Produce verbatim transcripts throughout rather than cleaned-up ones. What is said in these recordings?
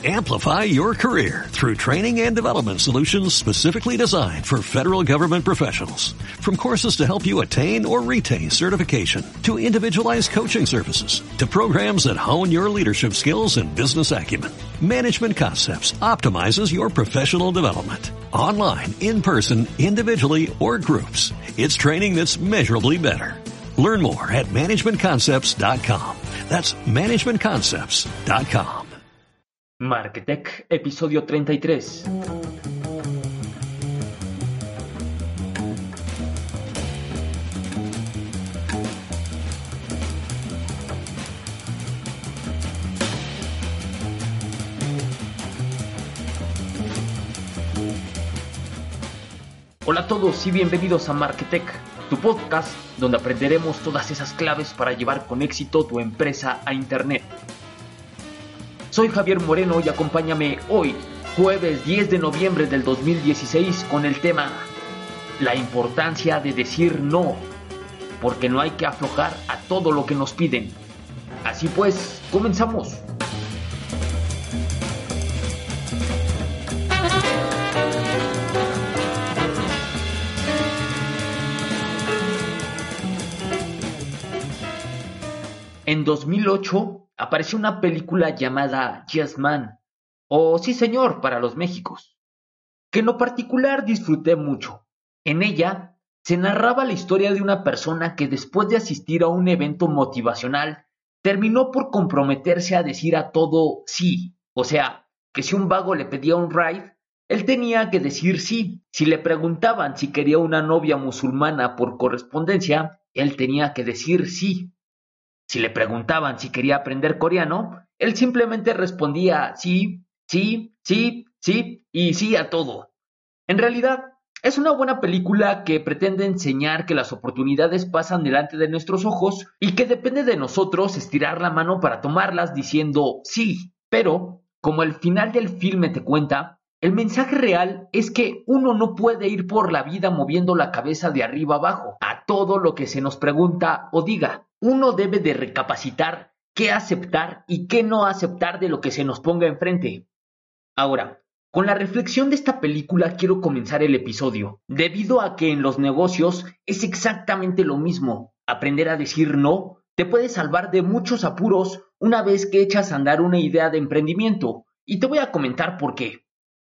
Amplify your career through training and development solutions specifically designed for federal government professionals. From courses to help you attain or retain certification, to individualized coaching services, to programs that hone your leadership skills and business acumen, Management Concepts optimizes your professional development. Online, in person, individually, or groups, it's training that's measurably better. Learn more at management concepts dot com. That's management concepts dot com. Marketech, episodio treinta y tres. Hola a todos y bienvenidos a Marketech, tu podcast donde aprenderemos todas esas claves para llevar con éxito tu empresa a internet. Soy Javier Moreno y acompáñame hoy, jueves diez de noviembre del dos mil dieciséis, con el tema la importancia de decir no, porque no hay que aflojar a todo lo que nos piden. Así pues, comenzamos. En dos mil ocho apareció una película llamada Yes Man, o Sí Señor para los Méxicos, que en lo particular disfruté mucho. En ella se narraba la historia de una persona que después de asistir a un evento motivacional terminó por comprometerse a decir a todo sí, o sea, que si un vago le pedía un ride, él tenía que decir sí. Si le preguntaban si quería una novia musulmana por correspondencia, él tenía que decir sí. Si le preguntaban si quería aprender coreano, él simplemente respondía sí, sí, sí, sí y sí a todo. En realidad, es una buena película que pretende enseñar que las oportunidades pasan delante de nuestros ojos y que depende de nosotros estirar la mano para tomarlas diciendo sí. Pero, como el final del filme te cuenta, el mensaje real es que uno no puede ir por la vida moviendo la cabeza de arriba abajo a todo lo que se nos pregunta o diga. Uno debe de recapacitar qué aceptar y qué no aceptar de lo que se nos ponga enfrente. Ahora, con la reflexión de esta película quiero comenzar el episodio, debido a que en los negocios es exactamente lo mismo. Aprender a decir no te puede salvar de muchos apuros una vez que echas a andar una idea de emprendimiento, y te voy a comentar por qué.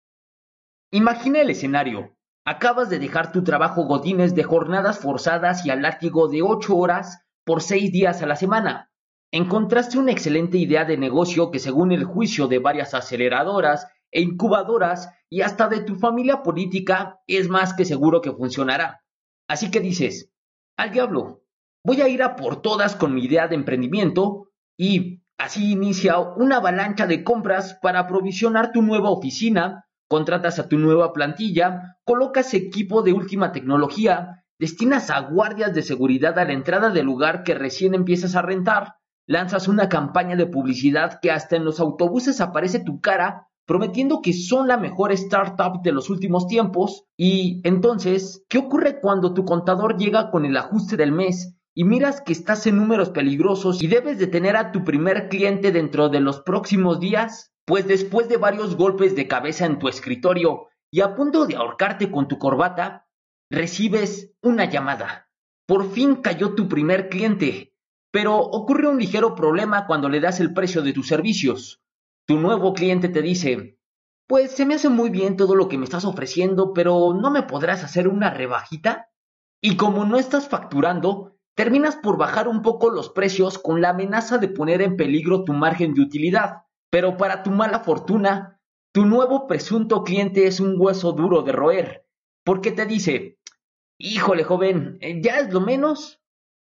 Imagina el escenario. Acabas de dejar tu trabajo godines de jornadas forzadas y al látigo de ocho horas por seis días a la semana. Encontraste una excelente idea de negocio que, según el juicio de varias aceleradoras e incubadoras y hasta de tu familia política, es más que seguro que funcionará. Así que dices, al diablo, voy a ir a por todas con mi idea de emprendimiento, y así inicia una avalancha de compras para aprovisionar tu nueva oficina. Contratas a tu nueva plantilla, colocas equipo de última tecnología, destinas a guardias de seguridad a la entrada del lugar que recién empiezas a rentar, lanzas una campaña de publicidad que hasta en los autobuses aparece tu cara, prometiendo que son la mejor startup de los últimos tiempos. Y entonces, ¿qué ocurre cuando tu contador llega con el ajuste del mes y miras que estás en números peligrosos y debes de tener a tu primer cliente dentro de los próximos días? Pues después de varios golpes de cabeza en tu escritorio y a punto de ahorcarte con tu corbata, recibes una llamada. Por fin cayó tu primer cliente, pero ocurre un ligero problema cuando le das el precio de tus servicios. Tu nuevo cliente te dice, pues se me hace muy bien todo lo que me estás ofreciendo, pero ¿no me podrás hacer una rebajita? Y como no estás facturando, terminas por bajar un poco los precios con la amenaza de poner en peligro tu margen de utilidad. Pero para tu mala fortuna, tu nuevo presunto cliente es un hueso duro de roer, porque te dice, híjole joven, ¿ya es lo menos?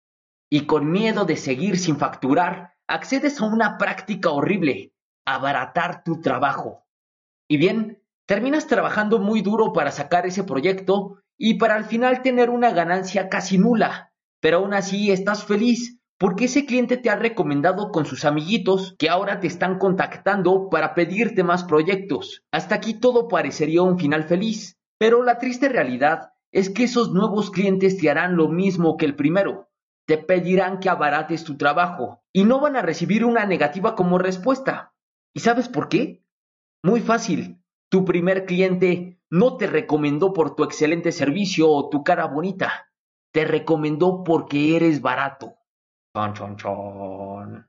Y con miedo de seguir sin facturar, accedes a una práctica horrible, abaratar tu trabajo. Y bien, terminas trabajando muy duro para sacar ese proyecto y para al final tener una ganancia casi nula, pero aún así estás feliz, porque ese cliente te ha recomendado con sus amiguitos que ahora te están contactando para pedirte más proyectos. Hasta aquí todo parecería un final feliz, pero la triste realidad es que esos nuevos clientes te harán lo mismo que el primero. Te pedirán que abarates tu trabajo y no van a recibir una negativa como respuesta. ¿Y sabes por qué? Muy fácil. Tu primer cliente no te recomendó por tu excelente servicio o tu cara bonita. Te recomendó porque eres barato. Chon, chon, chon.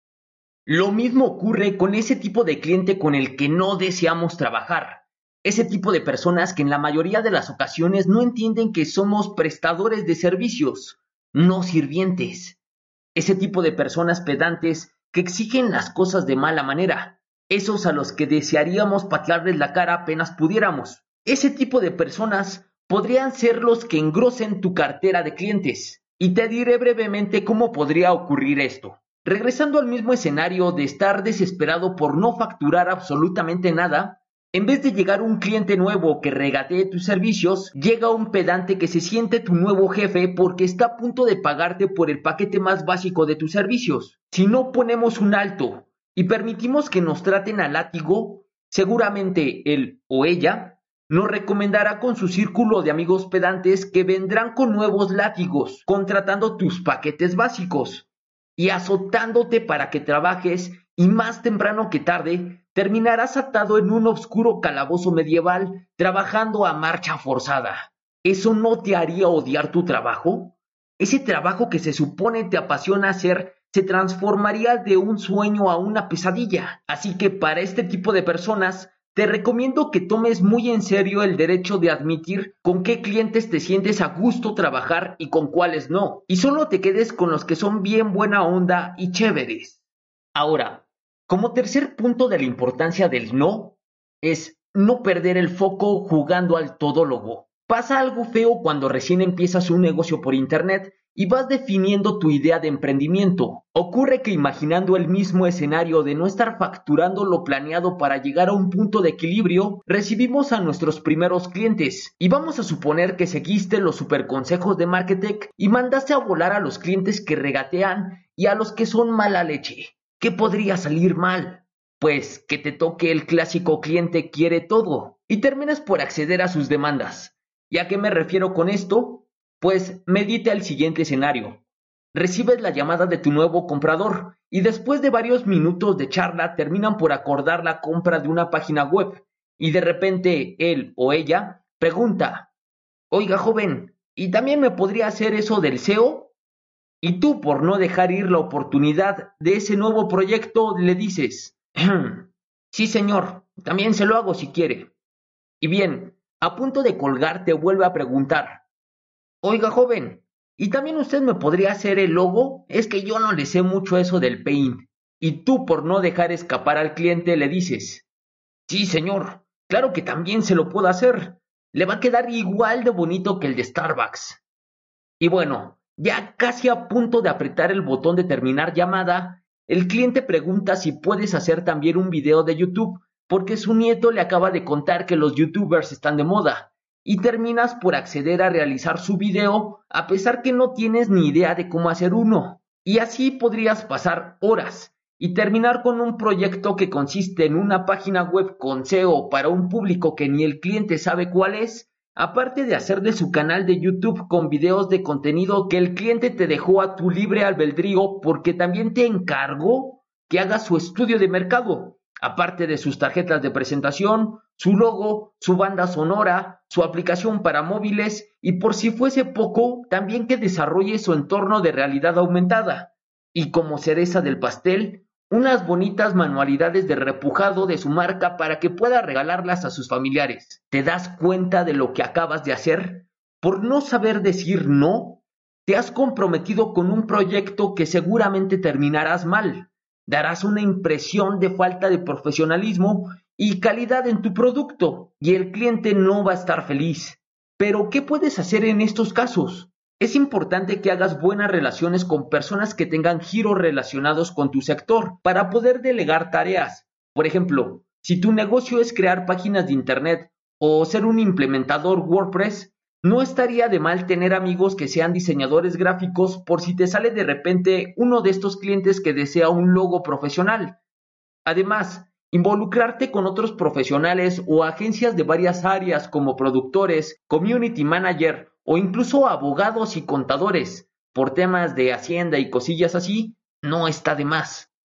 Lo mismo ocurre con ese tipo de cliente con el que no deseamos trabajar. Ese tipo de personas que en la mayoría de las ocasiones no entienden que somos prestadores de servicios, no sirvientes. Ese tipo de personas pedantes que exigen las cosas de mala manera. Esos a los que desearíamos patearles la cara apenas pudiéramos. Ese tipo de personas podrían ser los que engrosen tu cartera de clientes. Y te diré brevemente cómo podría ocurrir esto. Regresando al mismo escenario de estar desesperado por no facturar absolutamente nada, en vez de llegar un cliente nuevo que regatee tus servicios, llega un pedante que se siente tu nuevo jefe porque está a punto de pagarte por el paquete más básico de tus servicios. Si no ponemos un alto y permitimos que nos traten a látigo, seguramente él o ella nos recomendará con su círculo de amigos pedantes que vendrán con nuevos látigos, contratando tus paquetes básicos y azotándote para que trabajes, y más temprano que tarde terminarás atado en un oscuro calabozo medieval trabajando a marcha forzada. ¿Eso no te haría odiar tu trabajo? Ese trabajo que se supone te apasiona hacer se transformaría de un sueño a una pesadilla. Así que para este tipo de personas te recomiendo que tomes muy en serio el derecho de admitir con qué clientes te sientes a gusto trabajar y con cuáles no, y solo te quedes con los que son bien buena onda y chéveres. Ahora, como tercer punto de la importancia del no, es no perder el foco jugando al todólogo. Pasa algo feo cuando recién empiezas un negocio por internet y vas definiendo tu idea de emprendimiento. Ocurre que imaginando el mismo escenario de no estar facturando lo planeado para llegar a un punto de equilibrio, recibimos a nuestros primeros clientes y vamos a suponer que seguiste los superconsejos de marketing y mandaste a volar a los clientes que regatean y a los que son mala leche. ¿Qué podría salir mal? Pues que te toque el clásico cliente quiere todo y terminas por acceder a sus demandas. ¿Y a qué me refiero con esto? Pues medita el siguiente escenario. Recibes la llamada de tu nuevo comprador y después de varios minutos de charla terminan por acordar la compra de una página web y de repente él o ella pregunta: oiga joven, ¿y también me podría hacer eso del S E O? Y tú, por no dejar ir la oportunidad de ese nuevo proyecto, le dices: sí señor, también se lo hago si quiere. Y bien, a punto de colgar te vuelve a preguntar: oiga joven, ¿y también usted me podría hacer el logo? Es que yo no le sé mucho eso del Paint. Y tú, por no dejar escapar al cliente, le dices: sí señor, claro que también se lo puedo hacer. Le va a quedar igual de bonito que el de Starbucks. Y bueno, ya casi a punto de apretar el botón de terminar llamada, el cliente pregunta si puedes hacer también un video de YouTube, porque su nieto le acaba de contar que los youtubers están de moda, y terminas por acceder a realizar su video a pesar que no tienes ni idea de cómo hacer uno. Y así podrías pasar horas y terminar con un proyecto que consiste en una página web con S E O para un público que ni el cliente sabe cuál es, aparte de hacer de su canal de YouTube con videos de contenido que el cliente te dejó a tu libre albedrío porque también te encargó que hagas su estudio de mercado, aparte de sus tarjetas de presentación, su logo, su banda sonora, su aplicación para móviles y, por si fuese poco, también que desarrolle su entorno de realidad aumentada. Y como cereza del pastel, unas bonitas manualidades de repujado de su marca para que pueda regalarlas a sus familiares. ¿Te das cuenta de lo que acabas de hacer? Por no saber decir no, te has comprometido con un proyecto que seguramente terminarás mal. Darás una impresión de falta de profesionalismo y calidad en tu producto, y el cliente no va a estar feliz. Pero, ¿qué puedes hacer en estos casos? Es importante que hagas buenas relaciones con personas que tengan giros relacionados con tu sector para poder delegar tareas. Por ejemplo, si tu negocio es crear páginas de internet o ser un implementador WordPress, no estaría de mal tener amigos que sean diseñadores gráficos por si te sale de repente uno de estos clientes que desea un logo profesional. Además, involucrarte con otros profesionales o agencias de varias áreas como productores, community manager o incluso abogados y contadores por temas de hacienda y cosillas así, no está de más.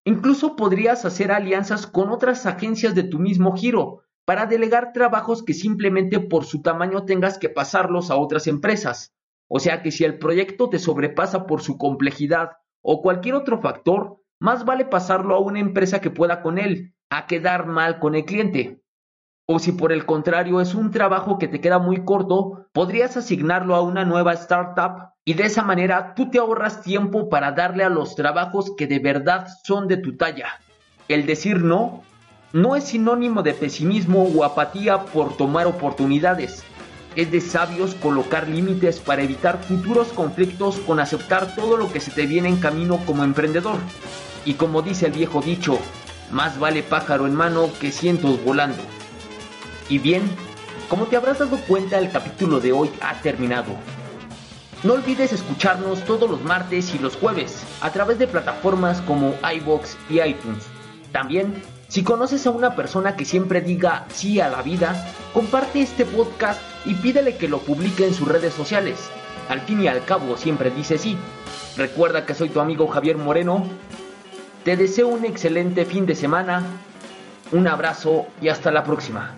Incluso podrías hacer alianzas con otras agencias de tu mismo giro para delegar trabajos que simplemente por su tamaño tengas que pasarlos a otras empresas. O sea que si el proyecto te sobrepasa por su complejidad o cualquier otro factor, más vale pasarlo a una empresa que pueda con él, a quedar mal con el cliente. O si por el contrario es un trabajo que te queda muy corto, podrías asignarlo a una nueva startup y de esa manera tú te ahorras tiempo para darle a los trabajos que de verdad son de tu talla. El decir no no es sinónimo de pesimismo o apatía por tomar oportunidades. Es de sabios colocar límites para evitar futuros conflictos con aceptar todo lo que se te viene en camino como emprendedor. Y como dice el viejo dicho, más vale pájaro en mano que cientos volando. Y bien, como te habrás dado cuenta, el capítulo de hoy ha terminado. No olvides escucharnos todos los martes y los jueves a través de plataformas como iVoox y iTunes. También, si conoces a una persona que siempre diga sí a la vida, comparte este podcast y pídele que lo publique en sus redes sociales. Al fin y al cabo siempre dice sí. Recuerda que soy tu amigo Javier Moreno. Te deseo un excelente fin de semana. Un abrazo y hasta la próxima.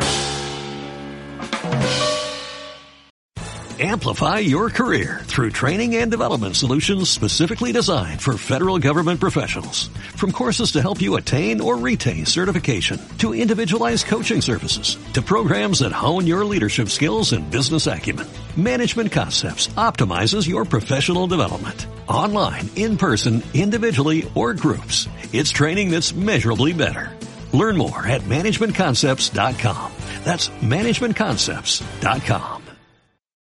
Amplify your career through training and development solutions specifically designed for federal government professionals. From courses to help you attain or retain certification, to individualized coaching services, to programs that hone your leadership skills and business acumen, Management Concepts optimizes your professional development. Online, in person, individually, or groups, it's training that's measurably better. Learn more at management concepts dot com. That's management concepts dot com.